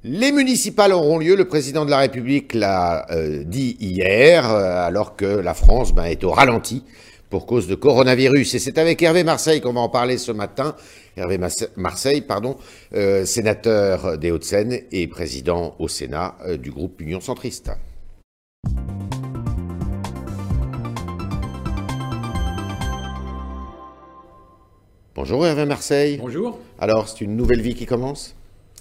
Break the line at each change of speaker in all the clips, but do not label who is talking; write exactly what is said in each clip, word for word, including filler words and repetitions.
Les municipales auront lieu, le président de la République l'a euh, dit hier, euh, alors que la France ben, est au ralenti pour cause de coronavirus. Et c'est avec Hervé Marseille qu'on va en parler ce matin. Hervé Marseille, pardon, euh, sénateur des Hauts-de-Seine et président au Sénat euh, du groupe Union Centriste. Bonjour Hervé Marseille.
Bonjour.
Alors, c'est une nouvelle vie qui commence ?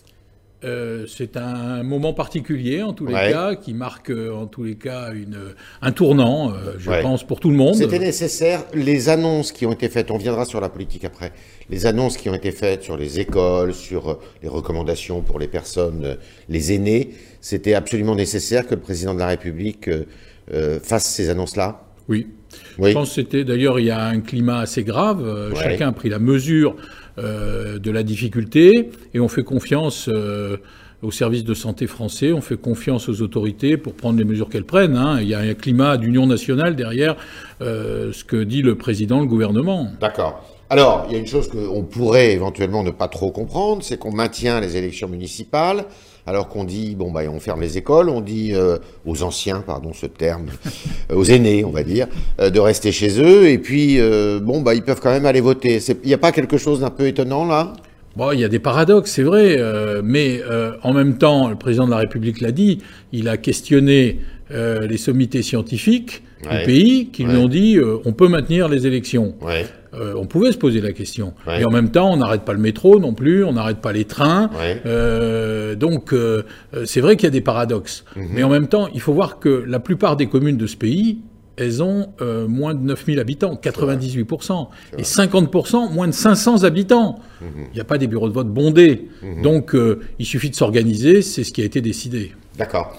Euh, c'est un moment particulier, en tous les
ouais.
cas, qui marque, en tous les cas, une, un tournant, euh, je
ouais.
pense, pour tout le monde.
C'était nécessaire. Les annonces qui ont été faites, on viendra sur la politique après, les annonces qui ont été faites sur les écoles, sur les recommandations pour les personnes, les aînés, c'était absolument nécessaire que le président de la République euh, fasse ces annonces-là ?
Oui.
oui.
Je pense que c'était, d'ailleurs, il y a un climat assez grave. Euh, ouais. Chacun a pris la mesure Euh, de la difficulté, et on fait confiance euh, aux services de santé français, on fait confiance aux autorités pour prendre les mesures qu'elles prennent. Hein. Il y a un climat d'union nationale derrière euh, ce que dit le président, le gouvernement.
D'accord. Alors, il y a une chose qu'on pourrait éventuellement ne pas trop comprendre, c'est qu'on maintient les élections municipales, alors qu'on dit, bon, bah, on ferme les écoles, on dit euh, aux anciens, pardon ce terme, aux aînés, on va dire, euh, de rester chez eux, et puis, euh, bon, bah, ils peuvent quand même aller voter. Il n'y a pas quelque chose d'un peu étonnant, là ?
Bon, il y a des paradoxes, c'est vrai, euh, mais euh, en même temps, le président de la République l'a dit, il a questionné euh, les sommités scientifiques ouais. du pays qui ouais. lui ont dit euh, on peut maintenir les élections. Ouais. Euh, on pouvait se poser la question. Ouais. Et en même temps, on n'arrête pas le métro non plus, on n'arrête pas les trains. Ouais. Euh, donc, euh, c'est vrai qu'il y a des paradoxes. Mm-hmm. Mais en même temps, il faut voir que la plupart des communes de ce pays, elles ont euh, moins de neuf mille habitants, quatre-vingt-dix-huit pour cent. Et cinquante pour cent, moins de cinq cents habitants. Mm-hmm. Il n'y a pas des bureaux de vote bondés. Mm-hmm. Donc, euh, il suffit de s'organiser, c'est ce qui a été décidé.
D'accord.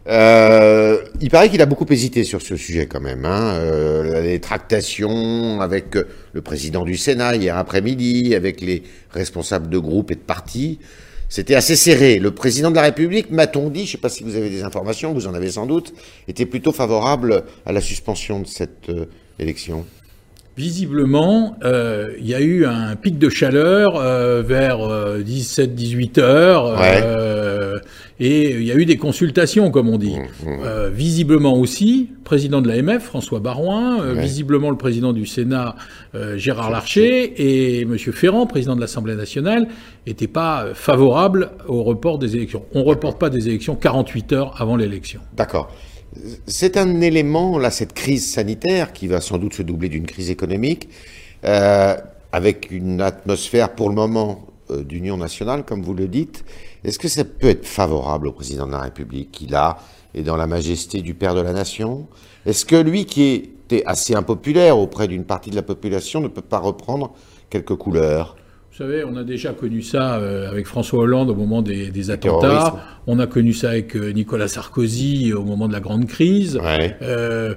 Euh, il paraît qu'il a beaucoup hésité sur ce sujet quand même. Hein. Euh, les tractations avec le président du Sénat hier après-midi, avec les responsables de groupes et de partis, c'était assez serré. Le président de la République, m'a-t-on dit, je ne sais pas si vous avez des informations, vous en avez sans doute, était plutôt favorable à la suspension de cette euh, élection.
Visiblement, euh, il y a eu un pic de chaleur euh, vers euh, dix-sept dix-huit heures, ouais. euh, et il y a eu des consultations, comme on dit. Mmh, mmh. Euh, visiblement aussi, le président de l'A M F, François Baroin, euh, ouais. visiblement le président du Sénat, euh, Gérard Larcher, et M. Ferrand, président de l'Assemblée nationale, n'étaient pas favorables au report des élections. On ne reporte pas des élections quarante-huit heures avant l'élection.
D'accord. C'est un élément, là, cette crise sanitaire, qui va sans doute se doubler d'une crise économique, euh, avec une atmosphère, pour le moment, euh, d'union nationale, comme vous le dites. Est-ce que ça peut être favorable au président de la République, qui, là, est dans la majesté du père de la nation ? Est-ce que lui, qui était assez impopulaire auprès d'une partie de la population, ne peut pas reprendre quelques couleurs ?
Vous savez, on a déjà connu ça euh, avec François Hollande au moment des, des attentats. On a connu ça avec euh, Nicolas Sarkozy au moment de la grande crise. Ouais. Euh,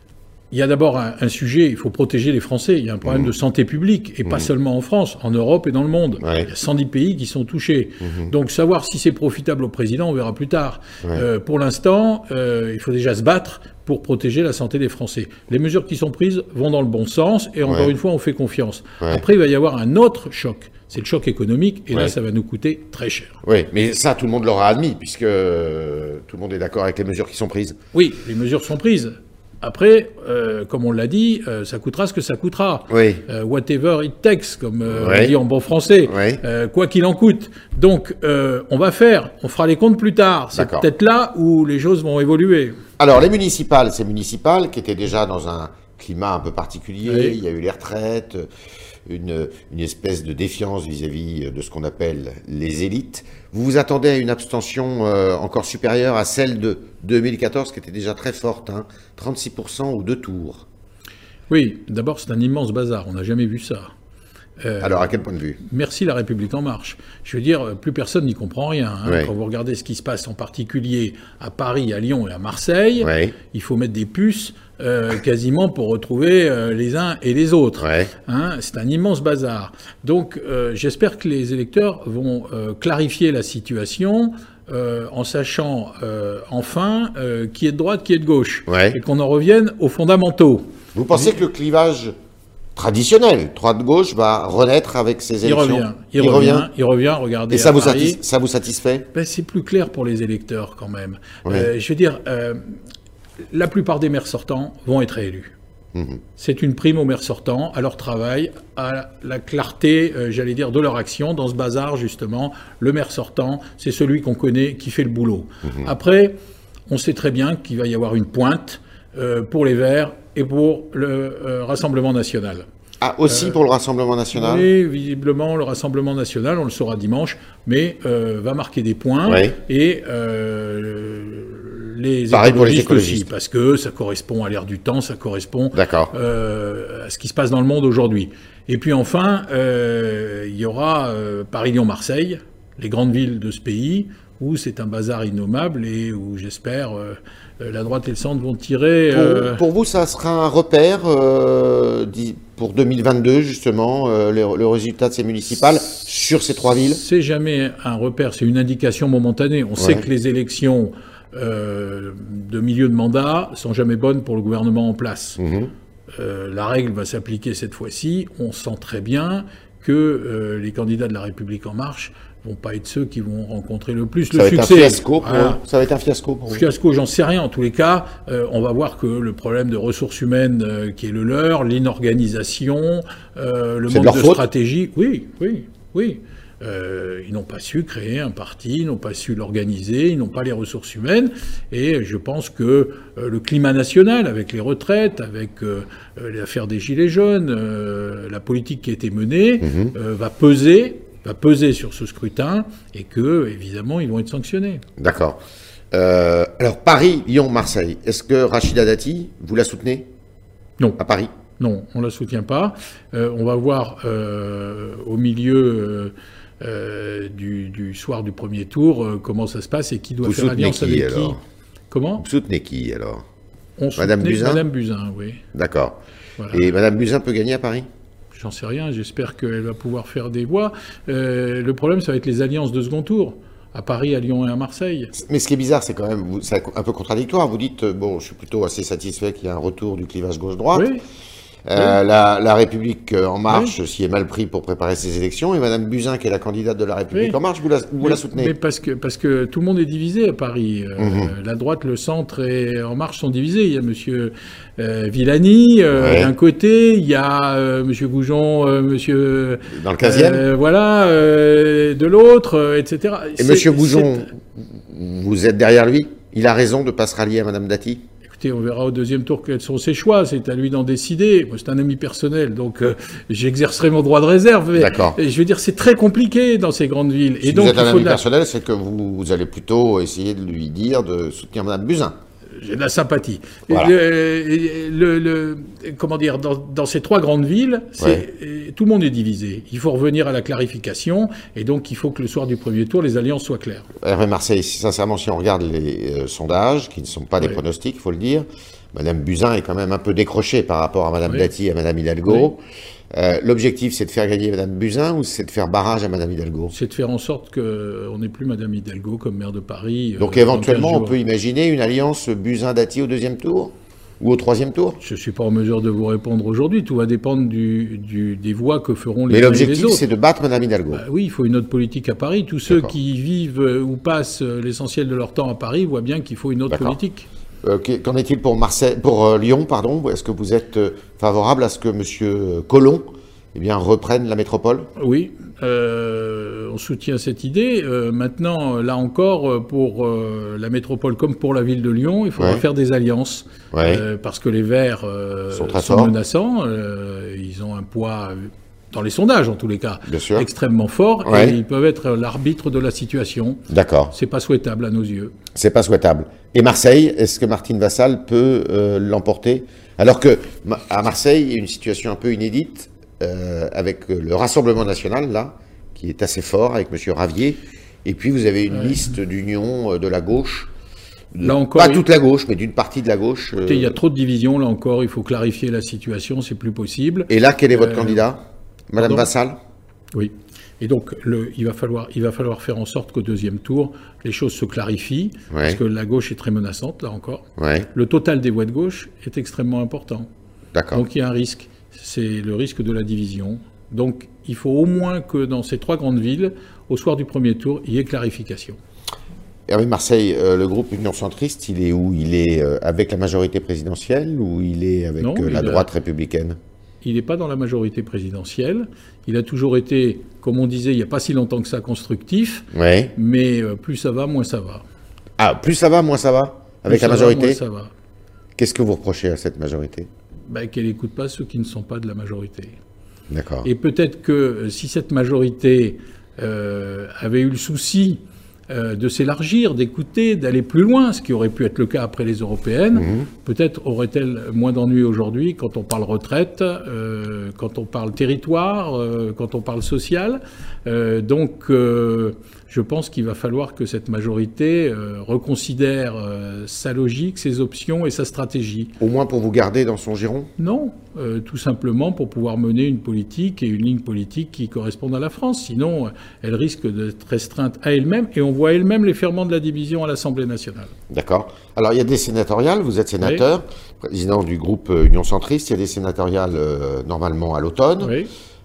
il y a d'abord un, un sujet, il faut protéger les Français. Il y a un problème mmh. de santé publique, et mmh. pas seulement en France, en Europe et dans le monde. Ouais. Il y a cent dix pays qui sont touchés. Mmh. Donc savoir si c'est profitable au président, on verra plus tard. Ouais. Euh, pour l'instant, euh, il faut déjà se battre pour protéger la santé des Français. Les mesures qui sont prises vont dans le bon sens, et encore ouais. une fois, on fait confiance. Ouais. Après, il va y avoir un autre choc. C'est le choc économique, et ouais. là, ça va nous coûter très cher.
Oui, mais ça, tout le monde l'aura admis, puisque euh, tout le monde est d'accord avec les mesures qui sont prises.
Oui, les mesures sont prises. Après, euh, comme on l'a dit, euh, ça coûtera ce que ça coûtera. Oui. Euh, whatever it takes, comme euh, oui. on dit en bon français. Oui. Euh, quoi qu'il en coûte. Donc, euh, on va faire, on fera les comptes plus tard. C'est D'accord. peut-être là où les choses vont évoluer.
Alors, les municipales, ces municipales qui étaient déjà dans un climat un peu particulier. Oui. Il y a eu les retraites, une, une espèce de défiance vis-à-vis de ce qu'on appelle les élites. Vous vous attendez à une abstention euh, encore supérieure à celle de deux mille quatorze, qui était déjà très forte, hein, trente-six pour cent aux deux tours.
Oui, d'abord, c'est un immense bazar. On n'a jamais vu ça.
Euh, Alors, à quel point de vue ?
Merci La République En Marche. Je veux dire, plus personne n'y comprend rien. Hein. Oui. Quand vous regardez ce qui se passe en particulier à Paris, à Lyon et à Marseille, oui. il faut mettre des puces euh, quasiment pour retrouver euh, les uns et les autres. Oui. Hein, c'est un immense bazar. Donc, euh, j'espère que les électeurs vont euh, clarifier la situation euh, en sachant euh, enfin euh, qui est de droite, qui est de gauche. Oui. Et qu'on en revienne aux fondamentaux.
Vous pensez oui. que le clivage traditionnelle. Droite-gauche va renaître avec ces élections.
Il revient, il, il revient, revient, il revient, regardez.
Et ça, vous,
Paris,
satis ça vous satisfait?
Ben, c'est plus clair pour les électeurs quand même.
Oui.
Euh, je veux dire, euh, la plupart des maires sortants vont être réélus. Mmh. C'est une prime aux maires sortants, à leur travail, à la clarté, euh, j'allais dire, de leur action dans ce bazar, justement. Le maire sortant, c'est celui qu'on connaît, qui fait le boulot. Mmh. Après, on sait très bien qu'il va y avoir une pointe euh, pour les Verts et pour le euh, Rassemblement national.
Ah, aussi euh, pour le Rassemblement national?
Oui, visiblement, le Rassemblement national, on le saura dimanche, mais euh, va marquer des points. Oui. Et euh, les
Pareil
écologistes,
pour les écologistes
aussi, parce que ça correspond à l'ère du temps, ça correspond euh, à ce qui se passe dans le monde aujourd'hui. Et puis enfin, euh, il y aura euh, Paris-Lyon-Marseille, les grandes villes de ce pays, où c'est un bazar innommable et où j'espère euh, la droite et le centre vont tirer...
Euh... Pour, pour vous, ça sera un repère euh, pour deux mille vingt-deux, justement, euh, le, le résultat de ces municipales sur ces trois villes?
C'est jamais un repère, c'est une indication momentanée. On ouais. sait que les élections euh, de milieu de mandat sont jamais bonnes pour le gouvernement en place. Mmh. Euh, la règle va s'appliquer cette fois-ci. On sent très bien que euh, les candidats de La République En Marche vont pas être ceux qui vont rencontrer le plus
ça
le
va
succès.
Être un fiasco pour voilà. Ça va être un fiasco pour vous.
Fiasco, j'en sais rien. En tous les cas, euh, on va voir que le problème de ressources humaines euh, qui est le leur, l'inorganisation, euh, le manque de, de stratégie... Oui, oui, oui. Euh, ils n'ont pas su créer un parti, ils n'ont pas su l'organiser, ils n'ont pas les ressources humaines. Et je pense que euh, le climat national, avec les retraites, avec euh, l'affaire des Gilets jaunes, euh, la politique qui a été menée, mmh. euh, va peser... va peser sur ce scrutin et que, évidemment, ils vont être sanctionnés.
D'accord. Euh, alors, Paris, Lyon, Marseille, est-ce que Rachida Dati, vous la soutenez?
Non.
À Paris?
Non, on ne la soutient pas. Euh, on va voir euh, au milieu euh, euh, du, du soir du premier tour euh, comment ça se passe et qui doit
vous
faire alliance
qui,
avec
alors
qui. Comment?
Vous soutenez qui, alors?
On
Madame Buzyn?
Madame Buzyn, oui.
D'accord. Voilà. Et Madame Buzyn peut gagner à Paris?
J'en sais rien, j'espère qu'elle va pouvoir faire des voix. Euh, le problème, ça va être les alliances de second tour, à Paris, à Lyon et à Marseille.
Mais ce qui est bizarre, c'est quand même c'est un peu contradictoire. Vous dites, bon, je suis plutôt assez satisfait qu'il y ait un retour du clivage gauche-droite. Oui. Euh, oui. la, la République En Marche oui. s'y est mal pris pour préparer ces élections. Et Madame Buzyn, qui est la candidate de la République oui. En Marche, vous la, vous
mais,
la soutenez?
Mais parce que, parce que tout le monde est divisé à Paris. Euh, mmh. La droite, le centre et En Marche sont divisés. Il y a Monsieur euh, Villani euh, ouais. d'un côté, il y a euh, Monsieur Goujon, euh, Monsieur...
Dans le quinzième euh,
Voilà, euh, de l'autre, euh, et cetera.
Et Monsieur Goujon, vous êtes derrière lui? Il a raison de ne pas se rallier à Madame Dati?
On verra au deuxième tour quels sont ses choix. C'est à lui d'en décider. Moi, c'est un ami personnel, donc euh, j'exercerai mon droit de réserve.
D'accord.
Je veux dire, c'est très compliqué dans ces grandes villes.
Si
et donc,
vous êtes un
il faut
ami
de la...
personnel, c'est que vous, vous allez plutôt essayer de lui dire de soutenir Madame Buzyn.
J'ai de la sympathie.
Voilà.
Le, le, le, comment dire, dans, dans ces trois grandes villes, ouais. tout le monde est divisé. Il faut revenir à la clarification, et donc il faut que le soir du premier tour, les alliances soient claires.
Hervé Marseille, sincèrement, si on regarde les euh, sondages, qui ne sont pas des ouais. pronostics, il faut le dire, Madame Buzyn est quand même un peu décrochée par rapport à Madame oui. Dati et à Madame Hidalgo. Oui. Euh, L'objectif, c'est de faire gagner Madame Buzyn ou c'est de faire barrage à Madame Hidalgo? C'est
de faire en sorte qu'on n'ait plus Madame Hidalgo comme maire de Paris.
Donc euh, éventuellement, on peut imaginer une alliance Buzyn-Dati au deuxième tour? Ou au troisième tour?
Je ne suis pas en mesure de vous répondre aujourd'hui. Tout va dépendre du, du, des voix que feront les
uns et les autres.
Mais
l'objectif, c'est de battre Madame Hidalgo.
Bah, oui, il faut une autre politique à Paris. Tous ceux qui vivent ou passent l'essentiel de leur temps à Paris voient bien qu'il faut une autre politique.
Euh, Qu'en est-il pour, Marseille, pour euh, Lyon, pardon? Est-ce que vous êtes euh, favorable à ce que M. Collomb eh bien, reprenne la métropole?
Oui, euh, on soutient cette idée. Euh, maintenant, là encore, pour euh, la métropole comme pour la ville de Lyon, il faudra ouais. faire des alliances. Ouais. Euh, parce que les Verts euh, sont, très sont menaçants. Euh, ils ont un poids, dans les sondages en tous les cas, extrêmement fort. Ouais. Et ils peuvent être l'arbitre de la situation.
D'accord.
C'est pas souhaitable à nos yeux.
C'est pas souhaitable. Et Marseille, est-ce que Martine Vassal peut euh, l'emporter? Alors que à Marseille, il y a une situation un peu inédite. Euh, avec le Rassemblement national, là, qui est assez fort, avec M. Ravier. Et puis, vous avez une ouais. liste d'union de la gauche. De, là encore, pas il... toute la gauche, mais d'une partie de la gauche.
Écoutez, euh... il y a trop de divisions, là encore. Il faut clarifier la situation, c'est plus possible.
Et là, quel est votre euh... candidat? Madame Pardon Vassal?
Oui. Et donc, le, il, va falloir, il va falloir faire en sorte qu'au deuxième tour, les choses se clarifient, ouais. parce que la gauche est très menaçante, là encore.
Ouais.
Le total des voix de gauche est extrêmement important.
D'accord.
Donc, il y a un risque. c'est le risque de la division. Donc il faut au moins que dans ces trois grandes villes, au soir du premier tour, il y ait clarification.
Hervé Marseille, euh, le groupe Union Centriste, il est où? Il est euh, avec la majorité présidentielle ou il est avec non, euh, la droite a... républicaine?
Il n'est pas dans la majorité présidentielle. Il a toujours été, comme on disait il n'y a pas si longtemps que ça, constructif.
Ouais.
Mais euh, plus ça va, moins ça va.
Ah, plus ça va, moins ça va? Avec
plus
la majorité?
Va, moins ça va.
Qu'est-ce que vous reprochez à cette majorité?
Ben, qu'elle n'écoute pas ceux qui ne sont pas de la majorité.
D'accord.
Et peut-être que si cette majorité euh, avait eu le souci euh, de s'élargir, d'écouter, d'aller plus loin, ce qui aurait pu être le cas après les européennes, mmh. peut-être aurait-elle moins d'ennuis aujourd'hui quand on parle retraite, euh, quand on parle territoire, euh, quand on parle social. Euh, donc, euh, je pense qu'il va falloir que cette majorité euh, reconsidère euh, sa logique, ses options et sa stratégie.
Au moins pour vous garder dans son giron?
Non, euh, tout simplement pour pouvoir mener une politique et une ligne politique qui correspondent à la France. Sinon, elle risque d'être restreinte à elle-même et on voit elle-même les ferments de la division à l'Assemblée nationale.
D'accord. Alors, il y a des sénatoriales, vous êtes sénateur, oui. président du groupe Union Centriste, il y a des sénatoriales euh, normalement à l'automne.
Oui.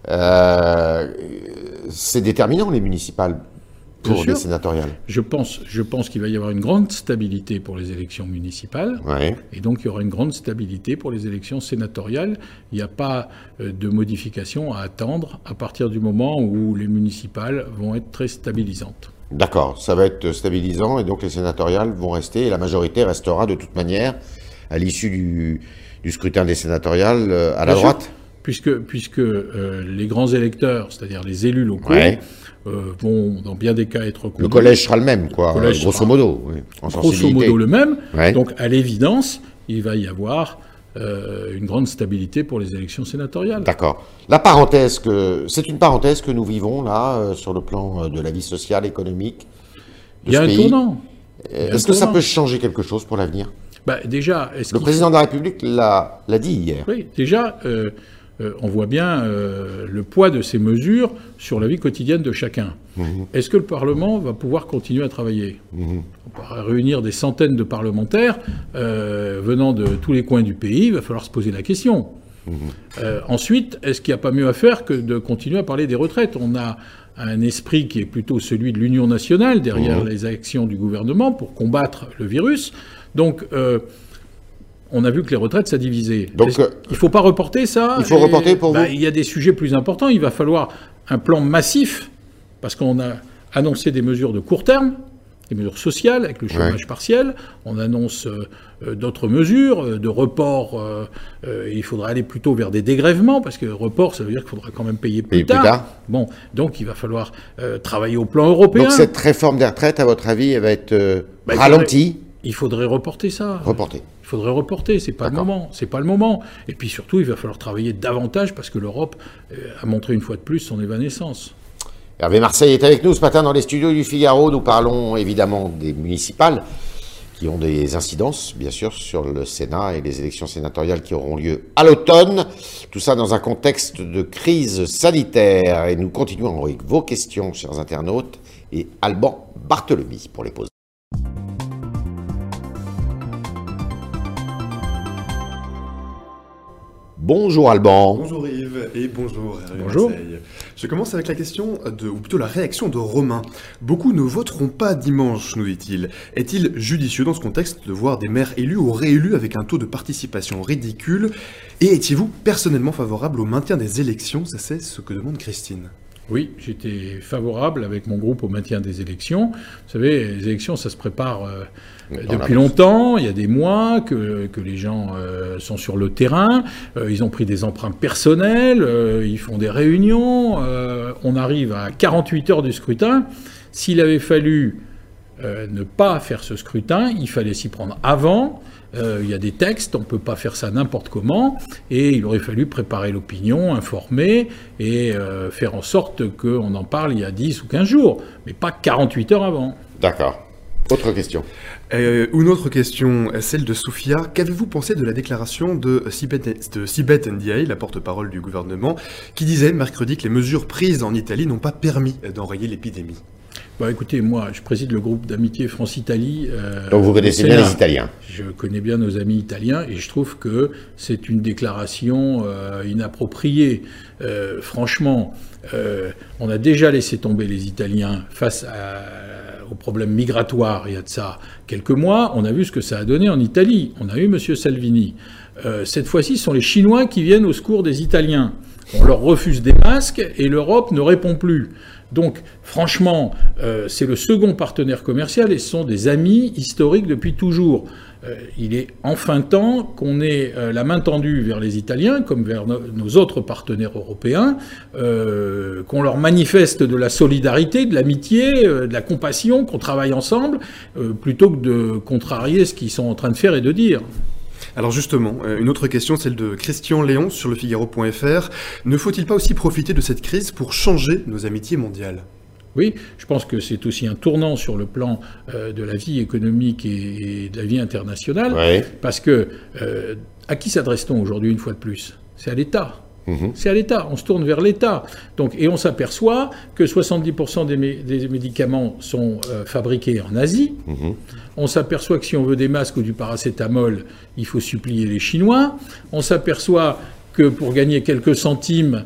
Euh, c'est déterminant, les municipales, pour les sénatoriales.
Je pense, je pense qu'il va y avoir une grande stabilité pour les élections municipales.
Ouais.
Et donc, il y aura une grande stabilité pour les élections sénatoriales. Il n'y a pas de modification à attendre à partir du moment où les municipales vont être très stabilisantes.
D'accord, ça va être stabilisant et donc les sénatoriales vont rester et la majorité restera de toute manière à l'issue du, du scrutin des sénatoriales à la Bien droite sûr,
Puisque, puisque euh, les grands électeurs, c'est-à-dire les élus locaux,
ouais.
euh, vont dans bien des cas être reconnus.
Le collège sera le même, quoi, euh, grosso
sera,
modo. Oui, en
grosso modo le même.
Ouais.
Donc à l'évidence, il va y avoir euh, une grande stabilité pour les élections sénatoriales.
D'accord. La parenthèse, que c'est une parenthèse que nous vivons là, euh, sur le plan de la vie sociale, économique.
Il y a un
pays.
tournant.
Est-ce que ça peut changer quelque chose pour l'avenir?
Bah, déjà, est-ce
Le président faut... de la République l'a, l'a dit hier.
Oui, déjà, euh, euh, on voit bien euh, le poids de ces mesures sur la vie quotidienne de chacun. Mmh. Est-ce que le Parlement va pouvoir continuer à travailler? mmh. On va réunir des centaines de parlementaires euh, venant de tous les coins du pays, il va falloir se poser la question. Mmh. Euh, ensuite, est-ce qu'il n'y a pas mieux à faire que de continuer à parler des retraites? On a un esprit qui est plutôt celui de l'Union nationale derrière mmh. les actions du gouvernement pour combattre le virus. Donc, euh, on a vu que les retraites, ça divisait. Donc, euh, il ne faut pas reporter ça.
Il faut reporter pour
bah,
vous
Il y a des sujets plus importants. Il va falloir un plan massif, parce qu'on a annoncé des mesures de court terme, des mesures sociales avec le chômage ouais. partiel. On annonce euh, d'autres mesures euh, de report. Euh, euh, il faudra aller plutôt vers des dégrèvements, parce que report, ça veut dire qu'il faudra quand même payer plus, payer tard. plus tard. Bon, donc il va falloir euh, travailler au plan européen.
Donc cette réforme des retraites, à votre avis, elle va être euh, bah, ralentie?
Il faudrait reporter ça.
Reporter.
Il faudrait reporter, c'est pas D'accord. le moment, c'est pas le moment. Et puis surtout, il va falloir travailler davantage parce que l'Europe a montré une fois de plus son évanescence.
Hervé Marseille est avec nous ce matin dans les studios du Figaro. Nous parlons évidemment des municipales qui ont des incidences, bien sûr, sur le Sénat et les élections sénatoriales qui auront lieu à l'automne. Tout ça dans un contexte de crise sanitaire. Et nous continuons avec vos questions, chers internautes, et Alban Barthelemy pour les poser. Bonjour Alban.
Bonjour Yves et bonjour Hervé
Bonjour.
Marseille. Je commence avec la question, de, ou plutôt la réaction de Romain. Beaucoup ne voteront pas dimanche, nous dit-il. Est-il judicieux dans ce contexte de voir des maires élus ou réélus avec un taux de participation ridicule? Et étiez-vous personnellement favorable au maintien des élections? Ça, c'est ce que demande Christine.
Oui, j'étais favorable avec mon groupe au maintien des élections. Vous savez, les élections, ça se prépare euh, depuis longtemps. Il y a des mois que, que les gens euh, sont sur le terrain. Euh, ils ont pris des emprunts personnels. Euh, ils font des réunions. Euh, on arrive à quarante-huit heures du scrutin. S'il avait fallu euh, ne pas faire ce scrutin, il fallait s'y prendre avant. Euh, il y a des textes, on ne peut pas faire ça n'importe comment, et il aurait fallu préparer l'opinion, informer, et euh, faire en sorte qu'on en parle il y a dix ou quinze jours, mais pas quarante-huit heures avant.
D'accord. Autre question.
Euh, une autre question, celle de Soufia. Qu'avez-vous pensé de la déclaration de Sibeth Ndiaye, la porte-parole du gouvernement, qui disait mercredi que les mesures prises en Italie n'ont pas permis d'enrayer l'épidémie?
Bah écoutez, moi, je préside le groupe d'amitié France-Italie. Euh,
Donc vous connaissez bien les Italiens.
Je connais bien nos amis italiens et je trouve que c'est une déclaration euh, inappropriée. Euh, franchement, euh, on a déjà laissé tomber les Italiens face à, aux problèmes migratoires il y a de ça quelques mois. On a vu ce que ça a donné en Italie. On a eu M. Salvini. Euh, cette fois-ci, ce sont les Chinois qui viennent au secours des Italiens. On leur refuse des masques et l'Europe ne répond plus. Donc, franchement, euh, c'est le second partenaire commercial et ce sont des amis historiques depuis toujours. Euh, il est enfin temps qu'on ait euh, la main tendue vers les Italiens, comme vers no nos autres partenaires européens, euh, qu'on leur manifeste de la solidarité, de l'amitié, euh, de la compassion, qu'on travaille ensemble, euh, plutôt que de contrarier ce qu'ils sont en train de faire et de dire.
Alors justement, une autre question, celle de Christian Léon sur le Figaro point F R. Ne faut-il pas aussi profiter de cette crise pour changer nos amitiés mondiales ?
Oui, je pense que c'est aussi un tournant sur le plan euh, de la vie économique et, et de la vie internationale,
ouais. parce que
euh, à qui s'adresse-t-on aujourd'hui une fois de plus ? C'est à l'État. Mmh. C'est à l'État, on se tourne vers l'État. Donc, et on s'aperçoit que soixante-dix pour cent des, mé des médicaments sont euh, fabriqués en Asie. Mmh. On s'aperçoit que si on veut des masques ou du paracétamol, il faut supplier les Chinois. On s'aperçoit que pour gagner quelques centimes,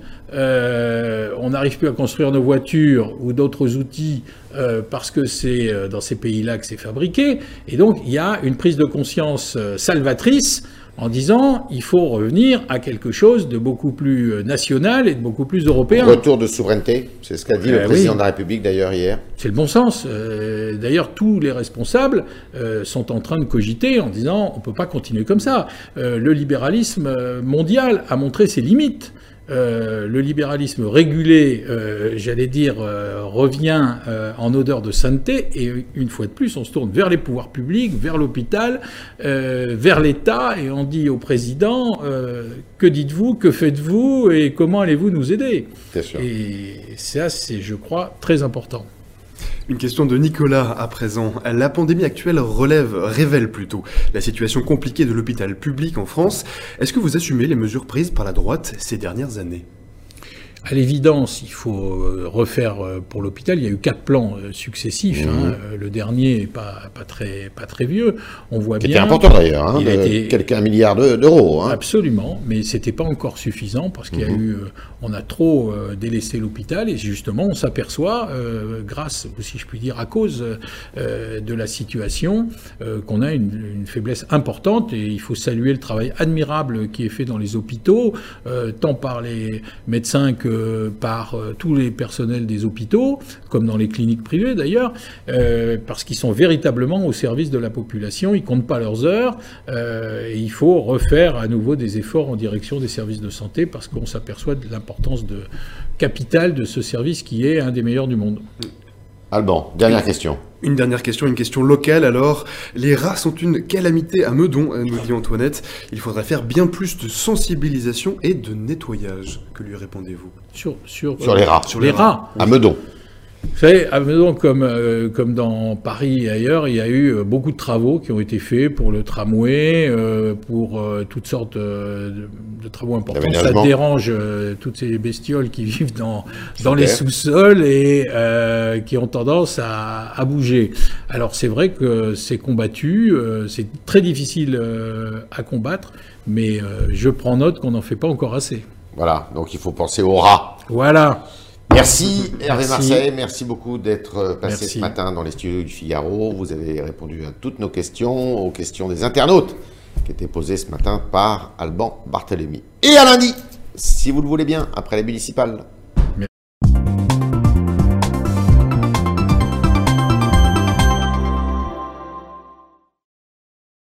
euh, on n'arrive plus à construire nos voitures ou d'autres outils euh, parce que c'est euh, dans ces pays-là que c'est fabriqué. Et donc, il y a une prise de conscience euh, salvatrice en disant il faut revenir à quelque chose de beaucoup plus national et de beaucoup plus européen.
Retour de souveraineté, c'est ce qu'a dit euh, le président oui. de la République d'ailleurs hier.
C'est le bon sens. Euh, d'ailleurs, tous les responsables euh, sont en train de cogiter en disant on ne peut pas continuer comme ça. Euh, le libéralisme mondial a montré ses limites. Euh, le libéralisme régulé, euh, j'allais dire, euh, revient euh, en odeur de sainteté, et une fois de plus, on se tourne vers les pouvoirs publics, vers l'hôpital, euh, vers l'État, et on dit au président, euh, que dites-vous, que faites-vous, et comment allez-vous nous aider ?
Bien sûr.
Et ça, c'est, je crois, très important.
Une question de Nicolas à présent. La pandémie actuelle relève, révèle plutôt la situation compliquée de l'hôpital public en France. Est-ce que vous assumez les mesures prises par la droite ces dernières années ?
À l'évidence, il faut refaire pour l'hôpital. Il y a eu quatre plans successifs. Mmh. Hein. Le dernier n'est pas, pas, très, pas très vieux. On voit
Qui
bien.
C'était important d'ailleurs. Hein,
il a été...
Quelques milliards d'euros. Hein.
Absolument, mais c'était pas encore suffisant parce qu'il y a mmh. eu, on a trop euh, délaissé l'hôpital et justement on s'aperçoit, euh, grâce, si je puis dire, à cause euh, de la situation, euh, qu'on a une, une faiblesse importante et il faut saluer le travail admirable qui est fait dans les hôpitaux, euh, tant par les médecins que par euh, tous les personnels des hôpitaux, comme dans les cliniques privées d'ailleurs, euh, parce qu'ils sont véritablement au service de la population, ils comptent pas leurs heures, euh, et il faut refaire à nouveau des efforts en direction des services de santé, parce qu'on s'aperçoit de l'importance de capitale de ce service qui est un des meilleurs du monde.
Alban, dernière question.
Une dernière question, une question locale alors. Les rats sont une calamité à Meudon, nous dit Antoinette. Il faudrait faire bien plus de sensibilisation et de nettoyage. Que lui répondez-vous ?
Sur, sur,
sur les rats.
Sur les rats.
À Meudon.
Vous savez, à Meudon, comme, euh, comme dans Paris et ailleurs, il y a eu euh, beaucoup de travaux qui ont été faits pour le tramway, euh, pour euh, toutes sortes euh, de, de travaux importants. Ça dérange euh, toutes ces bestioles qui vivent dans, dans les sous-sols et euh, qui ont tendance à, à bouger. Alors c'est vrai que c'est combattu, euh, c'est très difficile euh, à combattre, mais euh, je prends note qu'on n'en fait pas encore assez.
Voilà, donc il faut penser aux rats.
Voilà.
Merci Hervé Marseille, merci beaucoup d'être passé
merci.
ce matin dans les studios du Figaro. Vous avez répondu à toutes nos questions, aux questions des internautes qui étaient posées ce matin par Alban Barthélemy. Et à lundi, si vous le voulez bien, après les municipales.